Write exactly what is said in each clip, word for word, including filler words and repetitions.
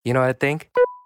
You know what I think?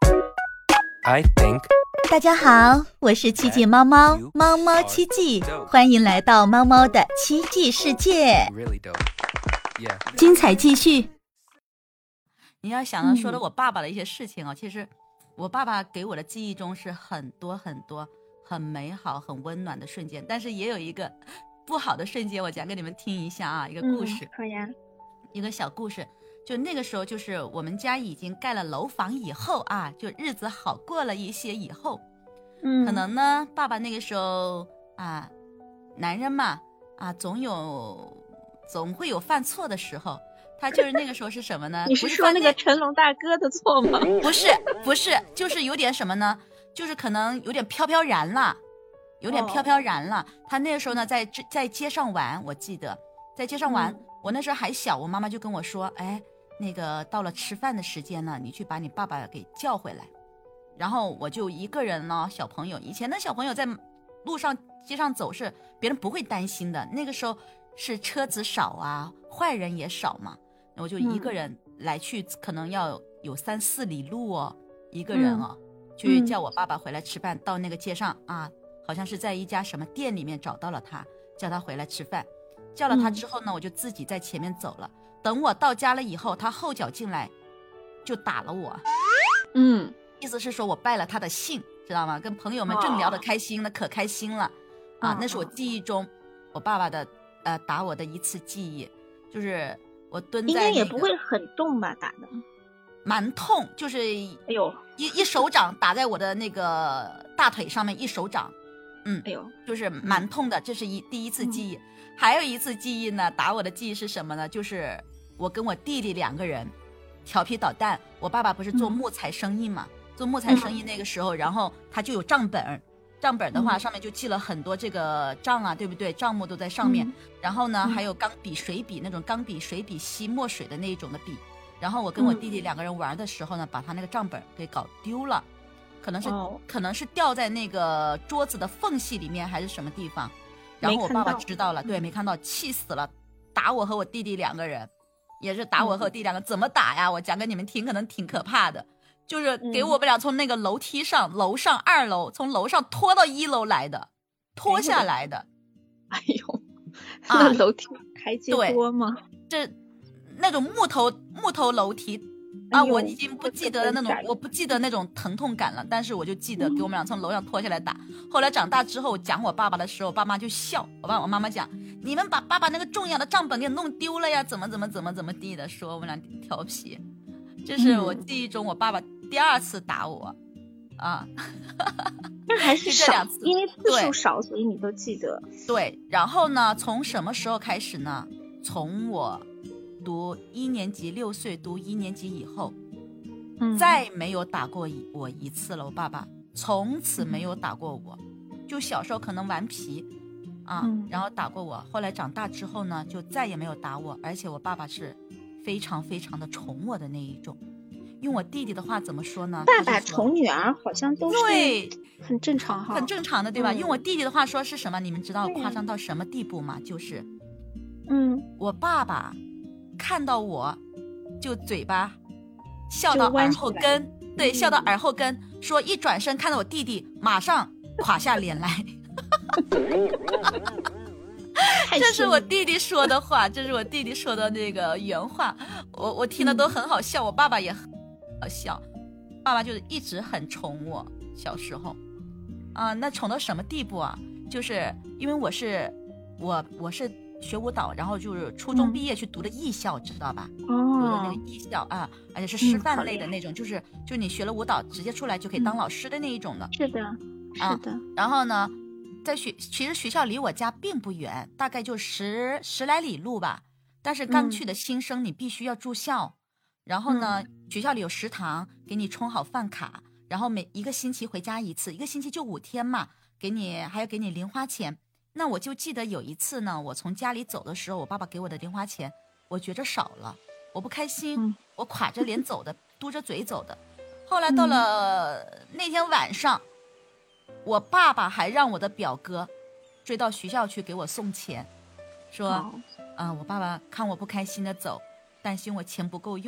I think 大家好，我是奇迹猫猫，猫猫奇迹，欢迎来到猫猫的奇迹世界， really dope. Yeah. 精彩继续。 你要想到说的我爸爸的一些事情哦，嗯、其实我爸爸给我的记忆中是很多很多很美好、很温暖的瞬间，但是也有一个不好的瞬间，我讲给你们听一下啊，一个故事。 嗯、好呀， 一个小故事。就那个时候，就是我们家已经盖了楼房以后啊，就日子好过了一些以后， 嗯， 可能呢，爸爸那个时候啊，男人嘛啊，总有总会有犯错的时候。他就是那个时候是什么呢？ 你是说那个成龙大哥的错吗？ 不是，不是，就是有点什么呢？就是可能有点飘飘然了，有点飘飘然了。哦、他那个时候呢，在在街上玩，我记得在街上玩，嗯、我那时候还小，我妈妈就跟我说，哎。那个到了吃饭的时间呢，你去把你爸爸给叫回来。然后我就一个人呢，小朋友，以前的小朋友在路上街上走是别人不会担心的，那个时候是车子少啊，坏人也少嘛，我就一个人来去，嗯、可能要有三四里路哦，一个人哦，嗯、去叫我爸爸回来吃饭。嗯、到那个街上啊，好像是在一家什么店里面找到了他，叫他回来吃饭。叫了他之后呢，嗯、我就自己在前面走了。等我到家了以后，他后脚进来就打了我， 嗯， 意思是说我败了他的兴，知道吗？跟朋友们正聊得开心，那、哦、可开心了啊！哦、那是我记忆中我爸爸的呃打我的一次记忆，就是我蹲在、那个、 应该也不会很重吧，打的蛮痛，就是哎呦一一手掌打在我的那个大腿上面，一手掌，嗯， 哎呦， 就是蛮痛的，这是一第一次记忆。嗯、还有一次记忆呢，打我的记忆是什么呢？就是我跟我弟弟两个人调皮捣蛋，我爸爸不是做木材生意嘛，嗯、做木材生意那个时候，然后他就有账本，账本的话、嗯、上面就记了很多这个账啊，对不对？账目都在上面，嗯、然后呢、嗯、还有钢笔、水笔那种钢笔、水笔吸墨水的那一种的笔，然后我跟我弟弟两个人玩的时候呢，嗯、把他那个账本给搞丢了，可能是、哦、可能是掉在那个桌子的缝隙里面还是什么地方，然后我爸爸知道了，对，没看到，气死了，打我和我弟弟两个人。也是打我和我弟两个，嗯、怎么打呀？我讲给你们听，可能挺可怕的。就是给我们俩从那个楼梯上，嗯、楼上二楼，从楼上拖到一楼来的，拖下来的。 哎呦，那楼梯台阶多吗？ 这那种木头木头楼梯啊，我已经不记得那种，我不记得那种疼痛感了，但是我就记得给我们俩从楼上拖下来打。嗯、后来长大之后讲我爸爸的时候，我爸妈就笑，我爸我妈妈讲。你们把爸爸那个重要的账本给弄丢了呀？怎么怎么怎么怎么地的说我们俩调皮，这是我记忆中我爸爸第二次打我，嗯、啊， 那还是少，这两次因为次数少，所以你都记得。 对，然后呢，从什么时候开始呢？从我读一年级，六岁读一年级以后，嗯、再没有打过我一次了。我爸爸从此没有打过我，嗯、就小时候可能顽皮。啊，嗯、然后打过我，后来长大之后呢，就再也没有打我，而且我爸爸是非常非常的宠我的那一种。用我弟弟的话怎么说呢？ 爸爸宠女儿好像都是对， 很正常哈， 很正常的，对吧？嗯、用我弟弟的话说是什么？你们知道夸张到什么地步吗？就是，嗯，我爸爸看到我，就嘴巴笑到耳后根，对，笑到耳后根，说一转身看到我弟弟，马上垮下脸来。这是我弟弟说的话，这是我弟弟说的那个原话，我我听的都很好笑，嗯、我爸爸也很好笑，爸爸就是一直很宠我，小时候，啊、呃，那宠到什么地步啊？就是因为我是我我是学舞蹈，然后就是初中毕业去读的艺校，嗯、知道吧？哦，读的那个艺校啊，而且是师范类的那种，嗯、就是就你学了舞蹈，直接出来就可以当老师的那一种的。 嗯、是的，是的。 啊、然后呢？在学其实学校离我家并不远，大概就十十来里路吧。但是刚去的新生，你必须要住校。嗯、然后呢，嗯、学校里有食堂，给你充好饭卡，然后每一个星期回家一次，一个星期就五天嘛，给你还要给你零花钱。那我就记得有一次呢，我从家里走的时候，我爸爸给我的零花钱，我觉着少了，我不开心，嗯、我垮着脸走的，嘟着嘴走的。后来到了那天晚上。我爸爸还让我的表哥追到学校去给我送钱，说啊、呃，我爸爸看我不开心的走，担心我钱不够用，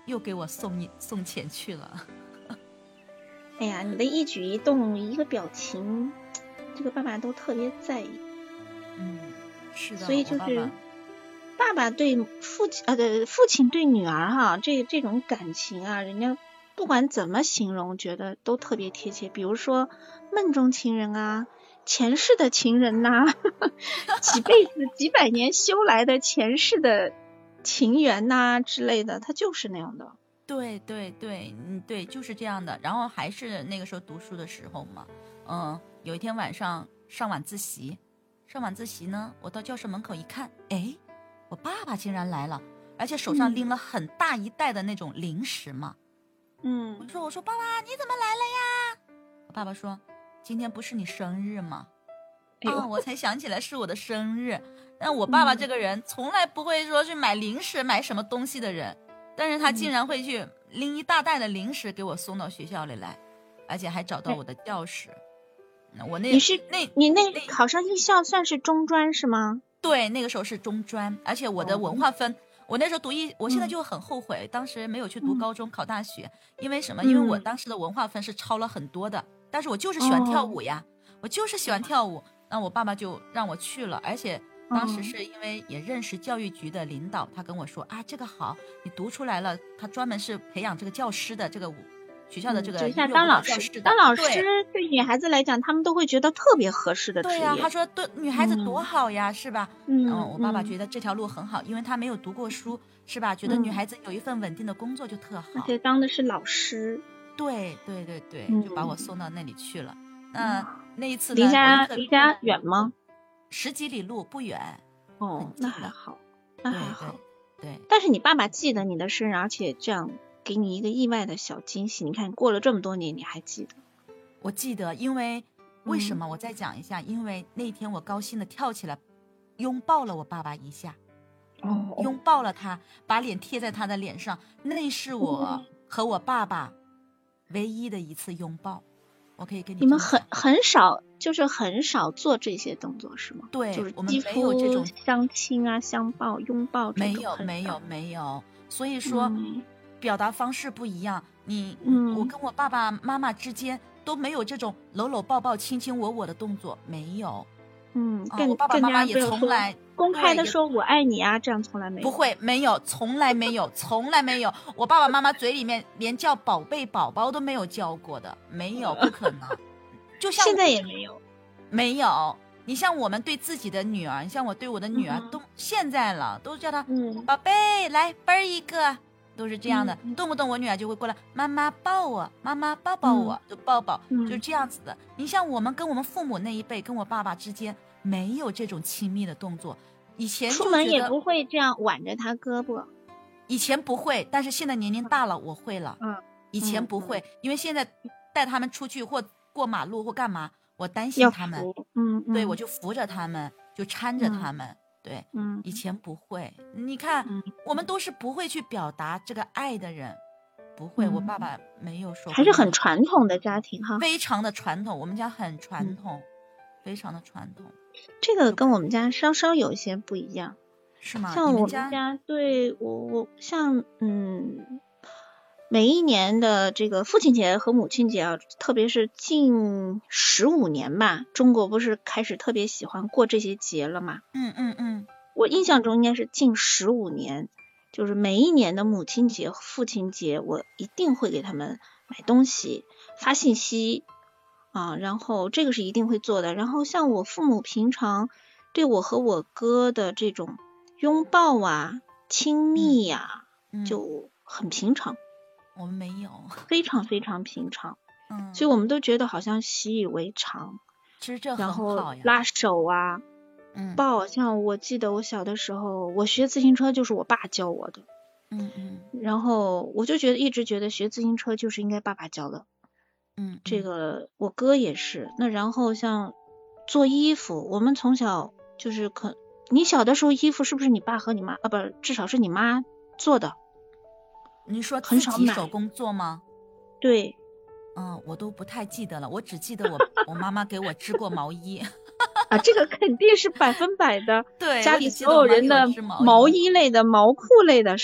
又给我送一送钱去了。 哎呀，你的一举一动一个表情，这个爸爸都特别在意。 嗯，是的。 所以就是爸爸爸爸对父亲啊，对父亲对女儿哈，这这种感情啊，人家不管怎么形容，觉得都特别贴切。比如说梦中情人啊，前世的情人呐、啊，几辈子几百年修来的前世的情缘呐、啊、之类的，他就是那样的。 对对对，嗯，对，就是这样的。然后还是那个时候读书的时候嘛，嗯，有一天晚上上晚自习，上晚自习呢，我到教室门口一看，哎，我爸爸竟然来了，而且手上拎了很大一袋的那种零食嘛。 嗯， 我说我说爸爸你怎么来了呀？我爸爸说今天不是你生日吗？ 哎呦， 啊，我才想起来是我的生日。但我爸爸这个人从来不会说去买零食买什么东西的人，但是他竟然会去拎一大袋的零食给我送到学校里来，而且还找到我的教室。我那你是那你那考上艺校算是中专是吗？ 对，那个时候是中专，而且我的文化分、哦、我那时候读艺，我现在就很后悔、嗯、当时没有去读高中、嗯、考大学。因为什么、嗯、因为我当时的文化分是超了很多的，但是我就是喜欢跳舞呀、哦、我就是喜欢跳舞，那我爸爸就让我去了。而且当时是因为也认识教育局的领导，他跟我说啊，这个好，你读出来了，他专门是培养这个教师的，这个学校的这个就像当老师，当老师对女孩子来讲，他们都会觉得特别合适的职业。 对呀、啊，他说对女孩子多好呀，嗯、是吧？ 嗯， 然后我爸爸觉得这条路很好，因为他没有读过书，是吧？觉得女孩子有一份稳定的工作就特好。 而且当的是老师。 对对对对， 嗯、 就把我送到那里去了。那、嗯、那一次离家离家远吗？ 十几里路，不远。 哦，那还好，那还好。 对。对对， 但是你爸爸记得你的生日，而且这样给你一个意外的小惊喜。你看过了这么多年，你还记得？ 我记得，因为为什么？我再讲一下，嗯、因为那天我高兴的跳起来，拥抱了我爸爸一下。 哦， 拥抱了他，把脸贴在他的脸上，那是我和我爸爸唯一的一次拥抱。我可以跟你你们很很少，就是很少做这些动作是吗？ 对， 就是我们没有这种相亲啊、相抱、拥抱这种， 没有没有没有。所以说、嗯、表达方式不一样。你、 嗯、 我跟我爸爸妈妈之间都没有这种搂搂抱抱、亲亲我我的动作，没有。 嗯，更、 啊、我爸爸妈妈也从来公开的说我爱你啊，这样从来没有。 不会，没有，从来没有，从来没有。我爸爸妈妈嘴里面连叫宝贝宝宝都没有叫过的，没有，不可能。就像现在也没有， 没有。你像我们对自己的女儿，像我对我的女儿，嗯、都现在了，都叫她、 嗯、 宝贝，来啵儿一个，都是这样的。 嗯、 动不动我女儿就会过来，妈妈抱我，妈妈抱抱我，嗯、就抱抱， 嗯、 就是这样子的。你像我们跟我们父母那一辈，跟我爸爸之间。没有这种亲密的动作，以前出门也不会这样挽着他胳膊。 以前不会，但是现在年龄大了，我会了。 嗯， 以前不会，嗯、因为现在带他们出去或过马路或干嘛，我担心他们， 嗯，嗯对，我就扶着他们，就搀着他们， 嗯、 对， 嗯， 以前不会。你看， 嗯、 我们都是不会去表达这个爱的人，不会。嗯、我爸爸没有说， 还是很传统的家庭哈， 非常的传统，我们家很传统，嗯、非常的传统。 这个跟我们家稍稍有一些不一样， 是吗？ 像我们家，家对我我像嗯，每一年的这个父亲节和母亲节啊，特别是近十五年吧，中国不是开始特别喜欢过这些节了嘛？ 嗯嗯嗯， 我印象中应该是近十五年，就是每一年的母亲节、父亲节，我一定会给他们买东西、发信息。啊，然后这个是一定会做的。然后像我父母平常对我和我哥的这种拥抱啊、亲密呀、啊， 嗯、 就很平常。 我们没有， 非常非常平常。 嗯， 所以我们都觉得好像习以为常。 其实这很好呀。 然后拉手啊， 嗯， 抱。像我记得我小的时候，我学自行车就是我爸教我的。 嗯嗯。 然后我就觉得一直觉得学自行车就是应该爸爸教的。 嗯， 这个我哥也是。那然后像做衣服，我们从小就是可，你小的时候衣服是不是你爸和你妈啊？不，至少是你妈做的。 你说自己手工做吗？ 对。 嗯，我都不太记得了，我只记得我我妈妈给我织过毛衣。 啊，这个肯定是百分百的。 对， 家里所有人的毛衣类的、毛裤类的，是吧？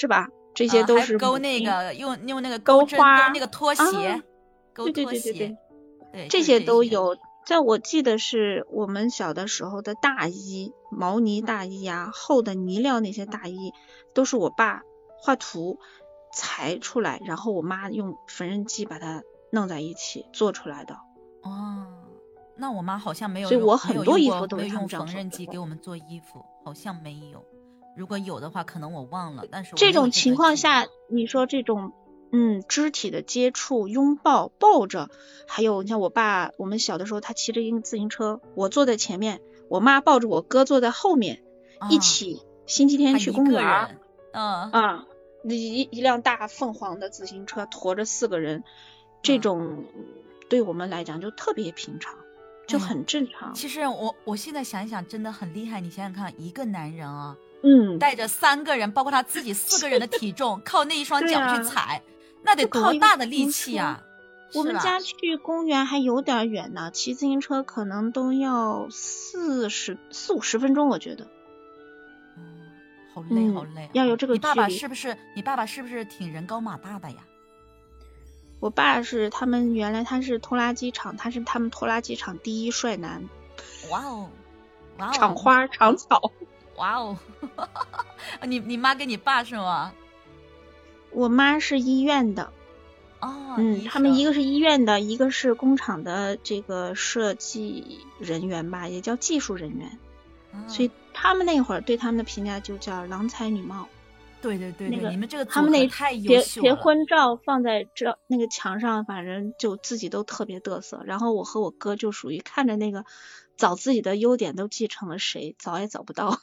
这些都是、 啊、勾那个用用那个勾针花勾那个拖鞋、 啊、 勾拖鞋， 对对对对对， 对这些都有。在我记得是我们小的时候的大衣，毛呢大衣啊，厚的呢料那些大衣，都是我爸画图裁出来，然后我妈用缝纫机把它弄在一起做出来的。 哦，那我妈好像没有， 所以我很多衣服都没有用是他们这样缝纫机给我们做衣服，好像没有。如果有的话，可能我忘了。但是这种情况下，你说这种嗯肢体的接触、拥抱、抱着，还有你像我爸，我们小的时候他骑着一个自行车，我坐在前面，我妈抱着我哥坐在后面，啊、一起星期天去公园。 嗯啊，一一辆大凤凰的自行车驮着四个人，这种对我们来讲就特别平常，就很正常。 嗯、其实我我现在想想真的很厉害，你想想看，一个男人啊， 嗯， 带着三个人，包括他自己四个人的体重，靠那一双脚去踩，啊、那得多大的力气啊！ 我们家去公园还有点远呢，骑自行车可能都要四十四五十分钟，我觉得。 好累好累、啊嗯，要有这个距离。 你爸爸是不是你爸爸是不是挺人高马大的呀？ 我爸是他们原来他是拖拉机厂，他是他们拖拉机厂第一帅男。 哇哦，哇哦， 厂花厂草。 哇哦，你你妈跟你爸是吗？ 我妈是医院的。 哦， 嗯，他们一个是医院的，一个是工厂的这个设计人员吧，也叫技术人员。 哦、 所以他们那会儿对他们的评价就叫郎才女貌。 对对对对， 那个你们这个他们那太优秀了。 结婚照放在这那个墙上，反正就自己都特别嘚瑟。然后我和我哥就属于看着那个找自己的优点都继承了谁，找也找不到。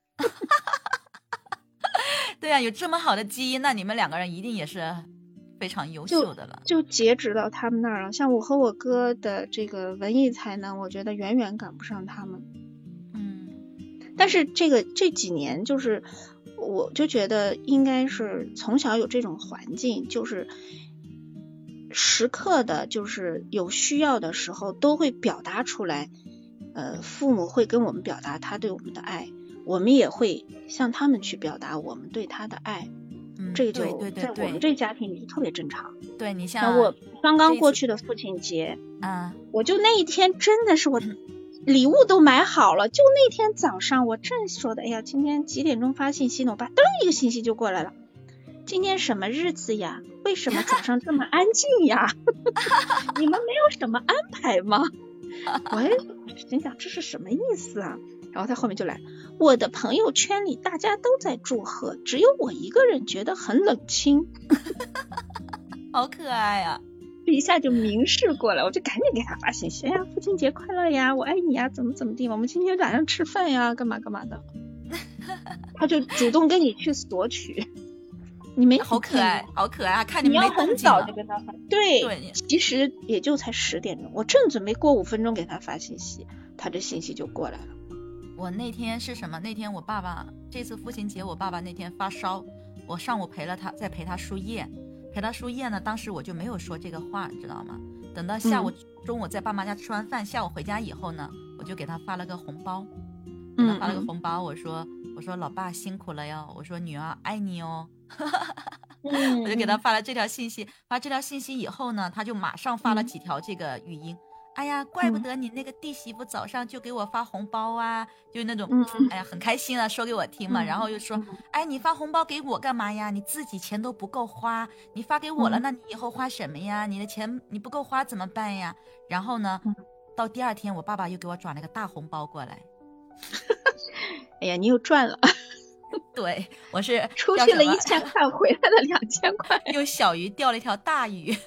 对啊，有这么好的基因，那你们两个人一定也是非常优秀的了。 就, 就截止到他们那儿了。像我和我哥的这个文艺才能，我觉得远远赶不上他们。但是这个这几年就是我就觉得应该是从小有这种环境，就是时刻的就是有需要的时候都会表达出来，呃，父母会跟我们表达他对我们的爱，我们也会向他们去表达我们对他的爱。 嗯， 这个就在我们这家庭里特别正常。 对，你像我刚刚过去的父亲节啊， 我就那一天真的是我礼物都买好了，就那天早上我正说的，哎呀，今天几点钟发信息呢？我爸噔一个信息就过来了，今天什么日子呀？为什么早上这么安静呀？你们没有什么安排吗？我心想这是什么意思啊？然后他后面就来，我的朋友圈里大家都在祝贺，只有我一个人觉得很冷清。 好可爱呀、啊！ 一下就明示过来，我就赶紧给他发信息，哎呀，父亲节快乐呀，我爱你呀，怎么怎么地嘛，我们今天晚上吃饭呀，干嘛干嘛的。他就主动跟你去索取，你没好可爱，好可爱，看你们没动静了。 你要很早就跟他发，对， 对， 其实也就才十点钟，我正准备过五分钟给他发信息，他这信息就过来了。 我那天是什么？那天我爸爸这次父亲节，我爸爸那天发烧，我上午陪了他，在陪他输液。陪他输液呢，当时我就没有说这个话，你知道吗？等到下午、嗯、中午在爸妈家吃完饭，下午回家以后呢，我就给他发了个红包，给他发了个红包，我说我说老爸辛苦了哟，我说女儿爱你哦， 嗯、 我就给他发了这条信息。发这条信息以后呢，他就马上发了几条这个语音。嗯哎呀，怪不得你那个弟媳妇早上就给我发红包啊，就那种， 嗯、 哎呀，很开心啊，说给我听嘛。然后又说，哎，你发红包给我干嘛呀？你自己钱都不够花，你发给我了，那你以后花什么呀？你的钱你不够花怎么办呀？然后呢，到第二天我爸爸又给我转了个大红包过来。 哎呀，你又赚了。 对，我是出去了一千块，回来了两千块， 用小鱼钓了一条大鱼。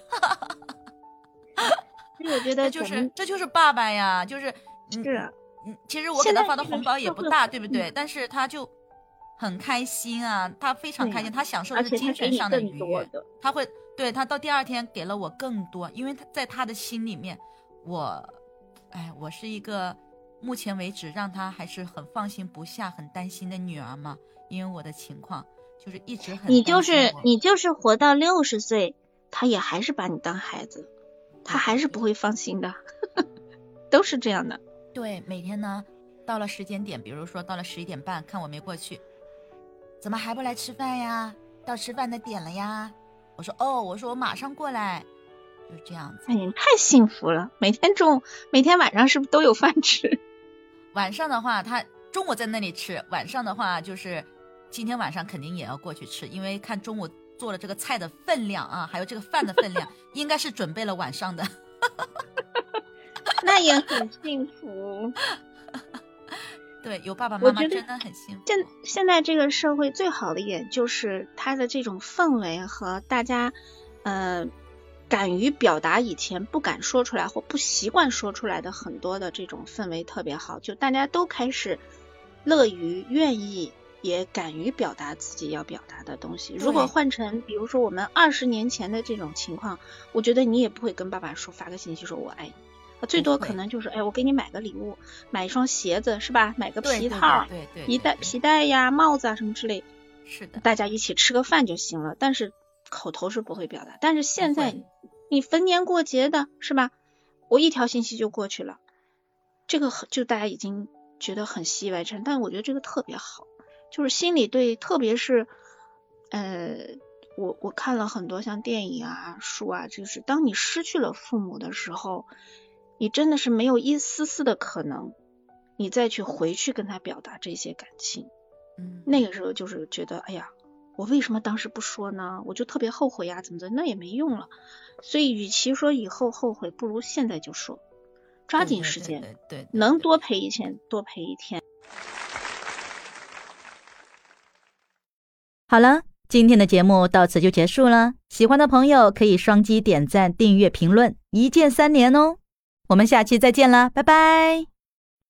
我觉得就是这就是爸爸呀，就是是啊， 嗯，其实我给他发的红包也不大，对不对？但是他就很开心啊，他非常开心，他享受的是精神上的愉悦。他会对他到第二天给了我更多，因为他在他的心里面，我，哎，我是一个目前为止让他还是很放心不下、很担心的女儿嘛。因为我的情况就是一直很， 你就是你就是活到六十岁，他也还是把你当孩子。他还是不会放心的，都是这样的。 对，每天呢，到了时间点，比如说到了十一点半，看我没过去，怎么还不来吃饭呀？ 到吃饭的点了呀。我说哦，我说我马上过来，就是这样子。 哎，你太幸福了，每天中午每天晚上是不是都有饭吃？ 晚上的话他中午在那里吃，晚上的话就是今天晚上肯定也要过去吃，因为看中午做了这个菜的分量啊，还有这个饭的分量应该是准备了晚上的。 那也很幸福。 对，有爸爸妈妈我觉得真的很幸福。 现现在这个社会最好的一点就是它的这种氛围和大家呃敢于表达以前不敢说出来或不习惯说出来的很多的这种氛围特别好，就大家都开始乐于愿意也敢于表达自己要表达的东西。如果换成比如说我们二十年前的这种情况，我觉得你也不会跟爸爸说发个信息说我爱你，最多可能就是哎，我给你买个礼物，买一双鞋子是吧？买个皮套， 对对对， 皮带皮带呀、帽子啊什么之类， 是的， 大家一起吃个饭就行了。但是口头是不会表达。但是现在你逢年过节的是吧？我一条信息就过去了，这个就大家已经觉得很习以为常。但我觉得这个特别好，就是心里对，特别是呃。我我看了很多像电影啊、书啊，就是当你失去了父母的时候，你真的是没有一丝丝的可能，你再去回去跟他表达这些感情。 嗯， 那个时候就是觉得，哎呀，我为什么当时不说呢？我就特别后悔呀，怎么怎么，那也没用了。所以，与其说以后后悔，不如现在就说，抓紧时间， 对对对对对对， 能多陪一天多陪一天。 好了。今天的节目到此就结束了，喜欢的朋友可以双击点赞、订阅、评论，一键三连哦。我们下期再见啦，拜拜。